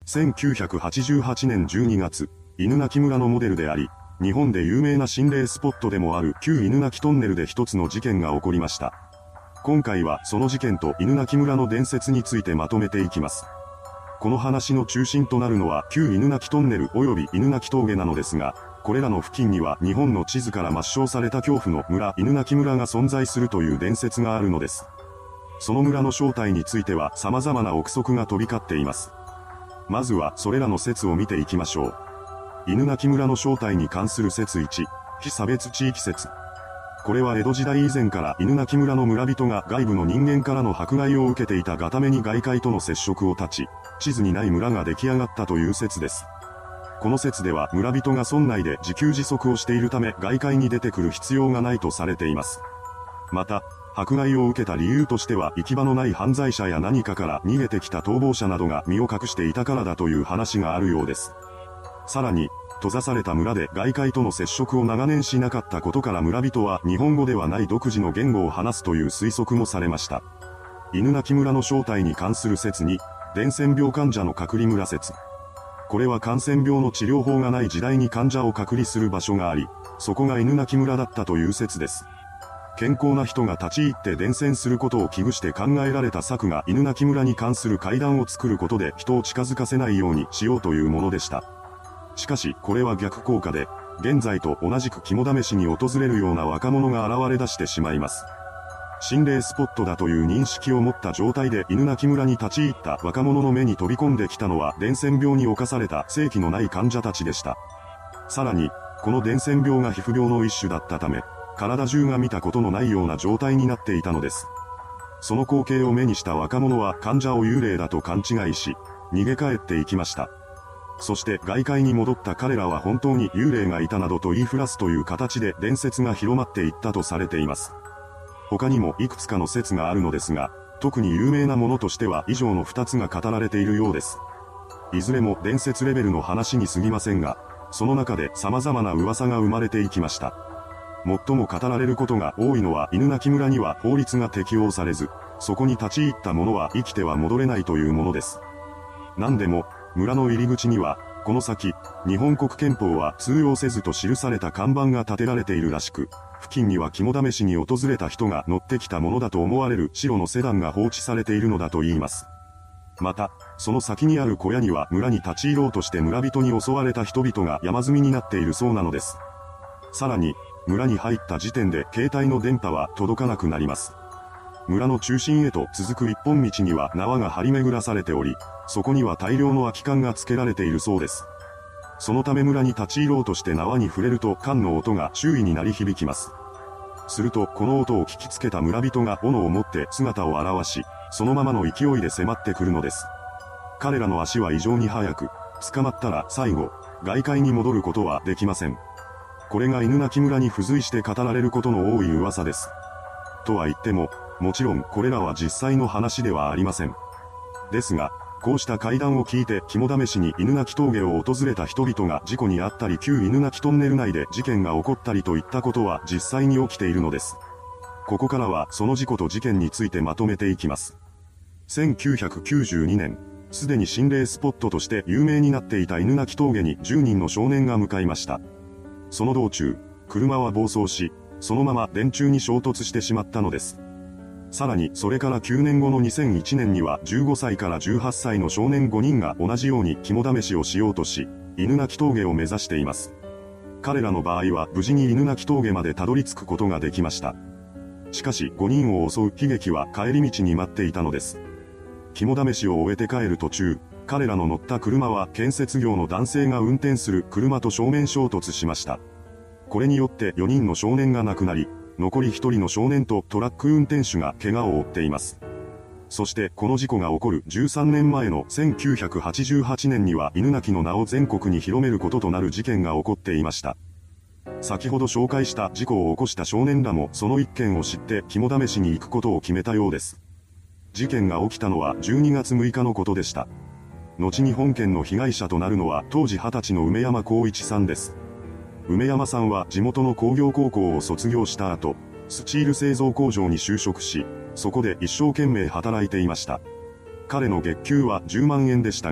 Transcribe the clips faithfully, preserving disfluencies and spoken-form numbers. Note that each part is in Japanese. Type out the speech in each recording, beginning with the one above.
せんきゅうひゃくはちじゅうはちねんじゅうにがつ、犬鳴村のモデルであり、日本で有名な心霊スポットでもある旧犬鳴トンネルで一つの事件が起こりました。今回はその事件と犬鳴村の伝説についてまとめていきます。この話の中心となるのは旧犬鳴トンネル及び犬鳴峠なのですが、これらの付近には日本の地図から抹消された恐怖の村犬鳴村が存在するという伝説があるのです。その村の正体については様々な憶測が飛び交っています。まずはそれらの説を見ていきましょう。犬鳴村の正体に関する説いち、非差別地域説。これは江戸時代以前から犬鳴村の村人が外部の人間からの迫害を受けていたがために外界との接触を断ち、地図にない村が出来上がったという説です。この説では村人が村内で自給自足をしているため外界に出てくる必要がないとされています。また、迫害を受けた理由としては行き場のない犯罪者や何かから逃げてきた逃亡者などが身を隠していたからだという話があるようです。さらに、閉ざされた村で外界との接触を長年しなかったことから村人は日本語ではない独自の言語を話すという推測もされました。犬鳴村の正体に関する説に、伝染病患者の隔離村説。これは感染病の治療法がない時代に患者を隔離する場所があり、そこが犬鳴村だったという説です。健康な人が立ち入って伝染することを危惧して考えられた策が犬鳴村に関する階段を作ることで人を近づかせないようにしようというものでした。しかしこれは逆効果で、現在と同じく肝試しに訪れるような若者が現れ出してしまいます。心霊スポットだという認識を持った状態で犬鳴村に立ち入った若者の目に飛び込んできたのは伝染病に侵された正気のない患者たちでした。さらに、この伝染病が皮膚病の一種だったため、体中が見たことのないような状態になっていたのです。その光景を目にした若者は患者を幽霊だと勘違いし、逃げ帰っていきました。そして外界に戻った彼らは本当に幽霊がいたなどと言いふらすという形で伝説が広まっていったとされています。他にもいくつかの説があるのですが、特に有名なものとしては以上のふたつが語られているようです。いずれも伝説レベルの話に過ぎませんが、その中で様々な噂が生まれていきました。最も語られることが多いのは犬鳴村には法律が適用されず、そこに立ち入った者は生きては戻れないというものです。何でも、村の入り口には、この先、日本国憲法は通用せずと記された看板が立てられているらしく、付近には肝試しに訪れた人が乗ってきたものだと思われる白のセダンが放置されているのだと言います。また、その先にある小屋には村に立ち入ろうとして村人に襲われた人々が山積みになっているそうなのです。さらに、村に入った時点で携帯の電波は届かなくなります。村の中心へと続く一本道には縄が張り巡らされており、そこには大量の空き缶が付けられているそうです。そのため村に立ち入ろうとして縄に触れると缶の音が周囲に鳴り響きます。するとこの音を聞きつけた村人が斧を持って姿を現し、そのままの勢いで迫ってくるのです。彼らの足は異常に速く、捕まったら最後、外界に戻ることはできません。これが犬鳴村に付随して語られることの多い噂です。とは言っても、もちろんこれらは実際の話ではありません。ですが、こうした怪談を聞いて肝試しに犬鳴峠を訪れた人々が事故に遭ったり旧犬鳴トンネル内で事件が起こったりといったことは実際に起きているのです。ここからはその事故と事件についてまとめていきます。せんきゅうひゃくきゅうじゅうにねん、すでに心霊スポットとして有名になっていた犬鳴峠にじゅうにんの少年が向かいました。その道中、車は暴走し、そのまま電柱に衝突してしまったのです。さらにそれからきゅうねんごのにせんいちねんにはじゅうごさいからじゅうはっさいの少年ごにんが同じように肝試しをしようとし、犬鳴峠を目指しています。彼らの場合は無事に犬鳴峠までたどり着くことができました。しかしごにんを襲う悲劇は帰り道に待っていたのです。肝試しを終えて帰る途中、彼らの乗った車は建設業の男性が運転する車と正面衝突しました。これによってよにんの少年が亡くなり、残りひとりの少年とトラック運転手が怪我を負っています。そしてこの事故が起こるじゅうさんねんまえのせんきゅうひゃくはちじゅうはちねんには犬鳴の名を全国に広めることとなる事件が起こっていました。先ほど紹介した事故を起こした少年らもその一件を知って肝試しに行くことを決めたようです。事件が起きたのはじゅうにがつむいかのことでした。後に本件の被害者となるのは当時はたちの梅山浩一さんです。梅山さんは地元の工業高校を卒業した後、スチール製造工場に就職し、そこで一生懸命働いていました。彼の月給はじゅうまんえんでしたが、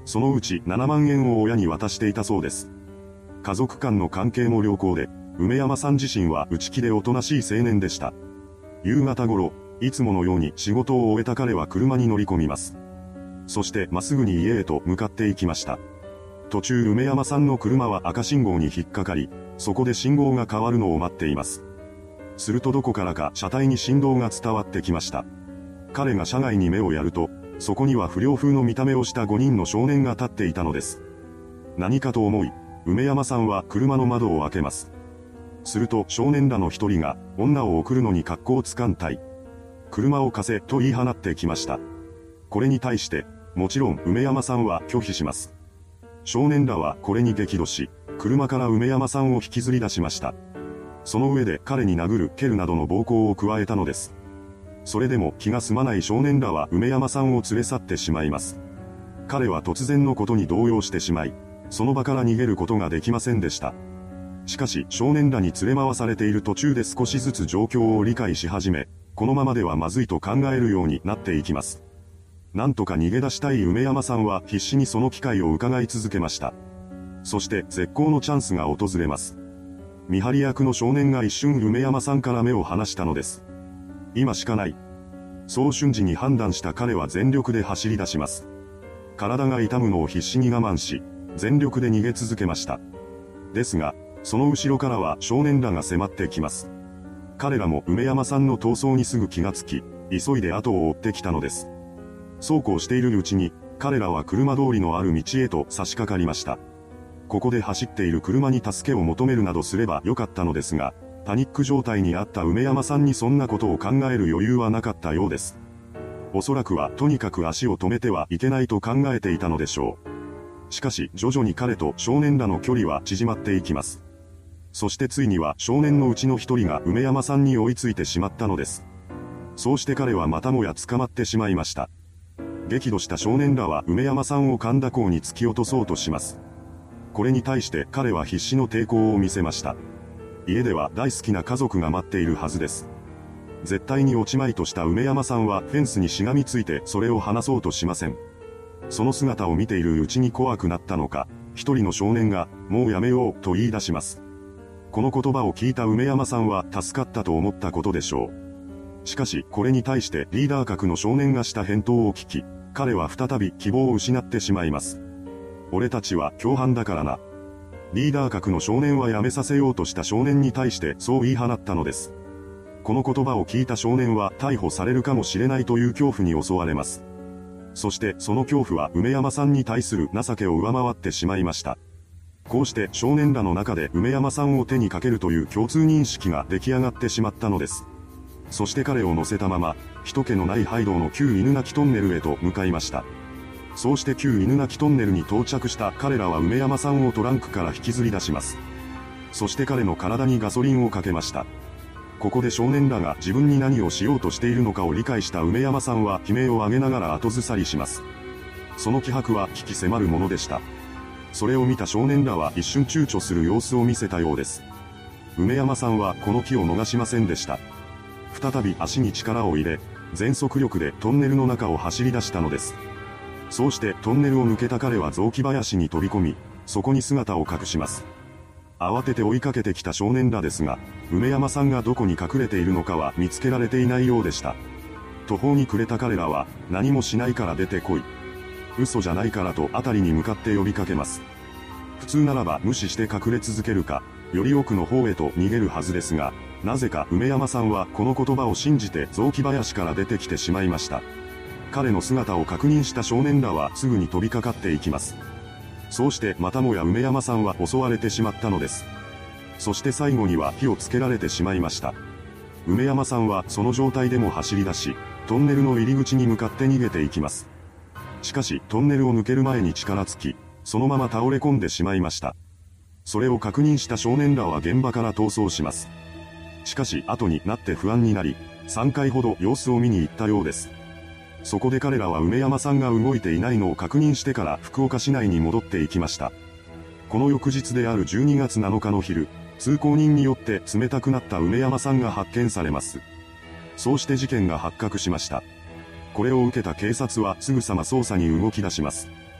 そのうちななまんえんを親に渡していたそうです。家族間の関係も良好で、梅山さん自身は内気でおとなしい青年でした。夕方頃、いつものように仕事を終えた彼は車に乗り込みます。そしてまっすぐに家へと向かっていきました。途中梅山さんの車は赤信号に引っかかり、そこで信号が変わるのを待っています。するとどこからか車体に振動が伝わってきました。彼が車外に目をやると、そこには不良風の見た目をしたごにんの少年が立っていたのです。何かと思い、梅山さんは車の窓を開けます。すると少年らの一人が、女を送るのに格好つかんたい。車を貸せと言い放ってきました。これに対して、もちろん梅山さんは拒否します。少年らはこれに激怒し、車から梅山さんを引きずり出しました。その上で彼に殴る蹴るなどの暴行を加えたのです。それでも気が済まない少年らは梅山さんを連れ去ってしまいます。彼は突然のことに動揺してしまい、その場から逃げることができませんでした。しかし少年らに連れ回されている途中で少しずつ状況を理解し始め、このままではまずいと考えるようになっていきます。なんとか逃げ出したい梅山さんは必死にその機会を伺い続けました。そして絶好のチャンスが訪れます。見張り役の少年が一瞬梅山さんから目を離したのです。今しかない。そう瞬時に判断した彼は全力で走り出します。体が痛むのを必死に我慢し、全力で逃げ続けました。ですが、その後ろからは少年らが迫ってきます。彼らも梅山さんの逃走にすぐ気がつき、急いで後を追ってきたのです。そうこうしているうちに、彼らは車通りのある道へと差し掛かりました。ここで走っている車に助けを求めるなどすればよかったのですが、パニック状態にあった梅山さんにそんなことを考える余裕はなかったようです。おそらくはとにかく足を止めてはいけないと考えていたのでしょう。しかし徐々に彼と少年らの距離は縮まっていきます。そしてついには少年のうちの一人が梅山さんに追いついてしまったのです。そうして彼はまたもや捕まってしまいました。激怒した少年らは梅山さんを神田港に突き落とそうとします。これに対して彼は必死の抵抗を見せました。家では大好きな家族が待っているはずです。絶対に落ちまいとした梅山さんはフェンスにしがみついてそれを離そうとしません。その姿を見ているうちに怖くなったのか、一人の少年が、もうやめようと言い出します。この言葉を聞いた梅山さんは助かったと思ったことでしょう。しかしこれに対してリーダー格の少年がした返答を聞き、彼は再び希望を失ってしまいます。俺たちは共犯だからな。リーダー格の少年は辞めさせようとした少年に対してそう言い放ったのです。この言葉を聞いた少年は逮捕されるかもしれないという恐怖に襲われます。そしてその恐怖は梅山さんに対する情けを上回ってしまいました。こうして少年らの中で梅山さんを手にかけるという共通認識が出来上がってしまったのです。そして彼を乗せたまま、人気のない廃道の旧犬鳴トンネルへと向かいました。そうして旧犬鳴トンネルに到着した彼らは梅山さんをトランクから引きずり出します。そして彼の体にガソリンをかけました。ここで少年らが自分に何をしようとしているのかを理解した梅山さんは悲鳴を上げながら後ずさりします。その気迫は鬼気迫るものでした。それを見た少年らは一瞬躊躇する様子を見せたようです。梅山さんはこの気を逃しませんでした。再び足に力を入れ、全速力でトンネルの中を走り出したのです。そうしてトンネルを抜けた彼は雑木林に飛び込み、そこに姿を隠します。慌てて追いかけてきた少年らですが、梅山さんがどこに隠れているのかは見つけられていないようでした。途方に暮れた彼らは、何もしないから出てこい。嘘じゃないからと辺りに向かって呼びかけます。普通ならば無視して隠れ続けるか、より奥の方へと逃げるはずですが、なぜか梅山さんはこの言葉を信じて雑木林から出てきてしまいました。彼の姿を確認した少年らはすぐに飛びかかっていきます。そうしてまたもや梅山さんは襲われてしまったのです。そして最後には火をつけられてしまいました。梅山さんはその状態でも走り出し、トンネルの入り口に向かって逃げていきます。しかしトンネルを抜ける前に力尽き、そのまま倒れ込んでしまいました。それを確認した少年らは現場から逃走します。しかし後になって不安になり、さんかいほど様子を見に行ったようです。そこで彼らは梅山さんが動いていないのを確認してから福岡市内に戻っていきました。この翌日であるじゅうにがつなのかの昼、通行人によって冷たくなった梅山さんが発見されます。そうして事件が発覚しました。これを受けた警察はすぐさま捜査に動き出します。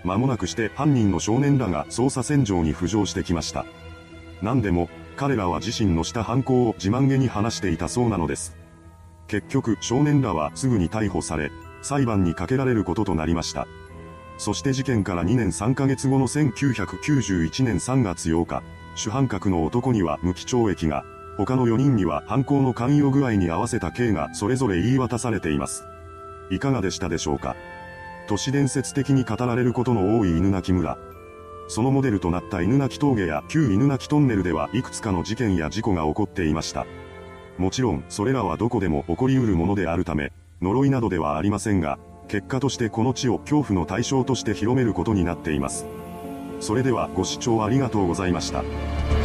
間もなくして犯人の少年らが捜査線上に浮上してきました。何でも、彼らは自身のした犯行を自慢げに話していたそうなのです。結局、少年らはすぐに逮捕され、裁判にかけられることとなりました。そして事件からにねんさんかげつごのせんきゅうひゃくきゅうじゅういちねんさんがつようか、主犯格の男には無期懲役が、他のよにんには犯行の関与具合に合わせた刑がそれぞれ言い渡されています。いかがでしたでしょうか。都市伝説的に語られることの多い犬鳴村。そのモデルとなった犬鳴峠や旧犬鳴トンネルではいくつかの事件や事故が起こっていました。もちろんそれらはどこでも起こりうるものであるため、呪いなどではありませんが、結果としてこの地を恐怖の対象として広めることになっています。それではご視聴ありがとうございました。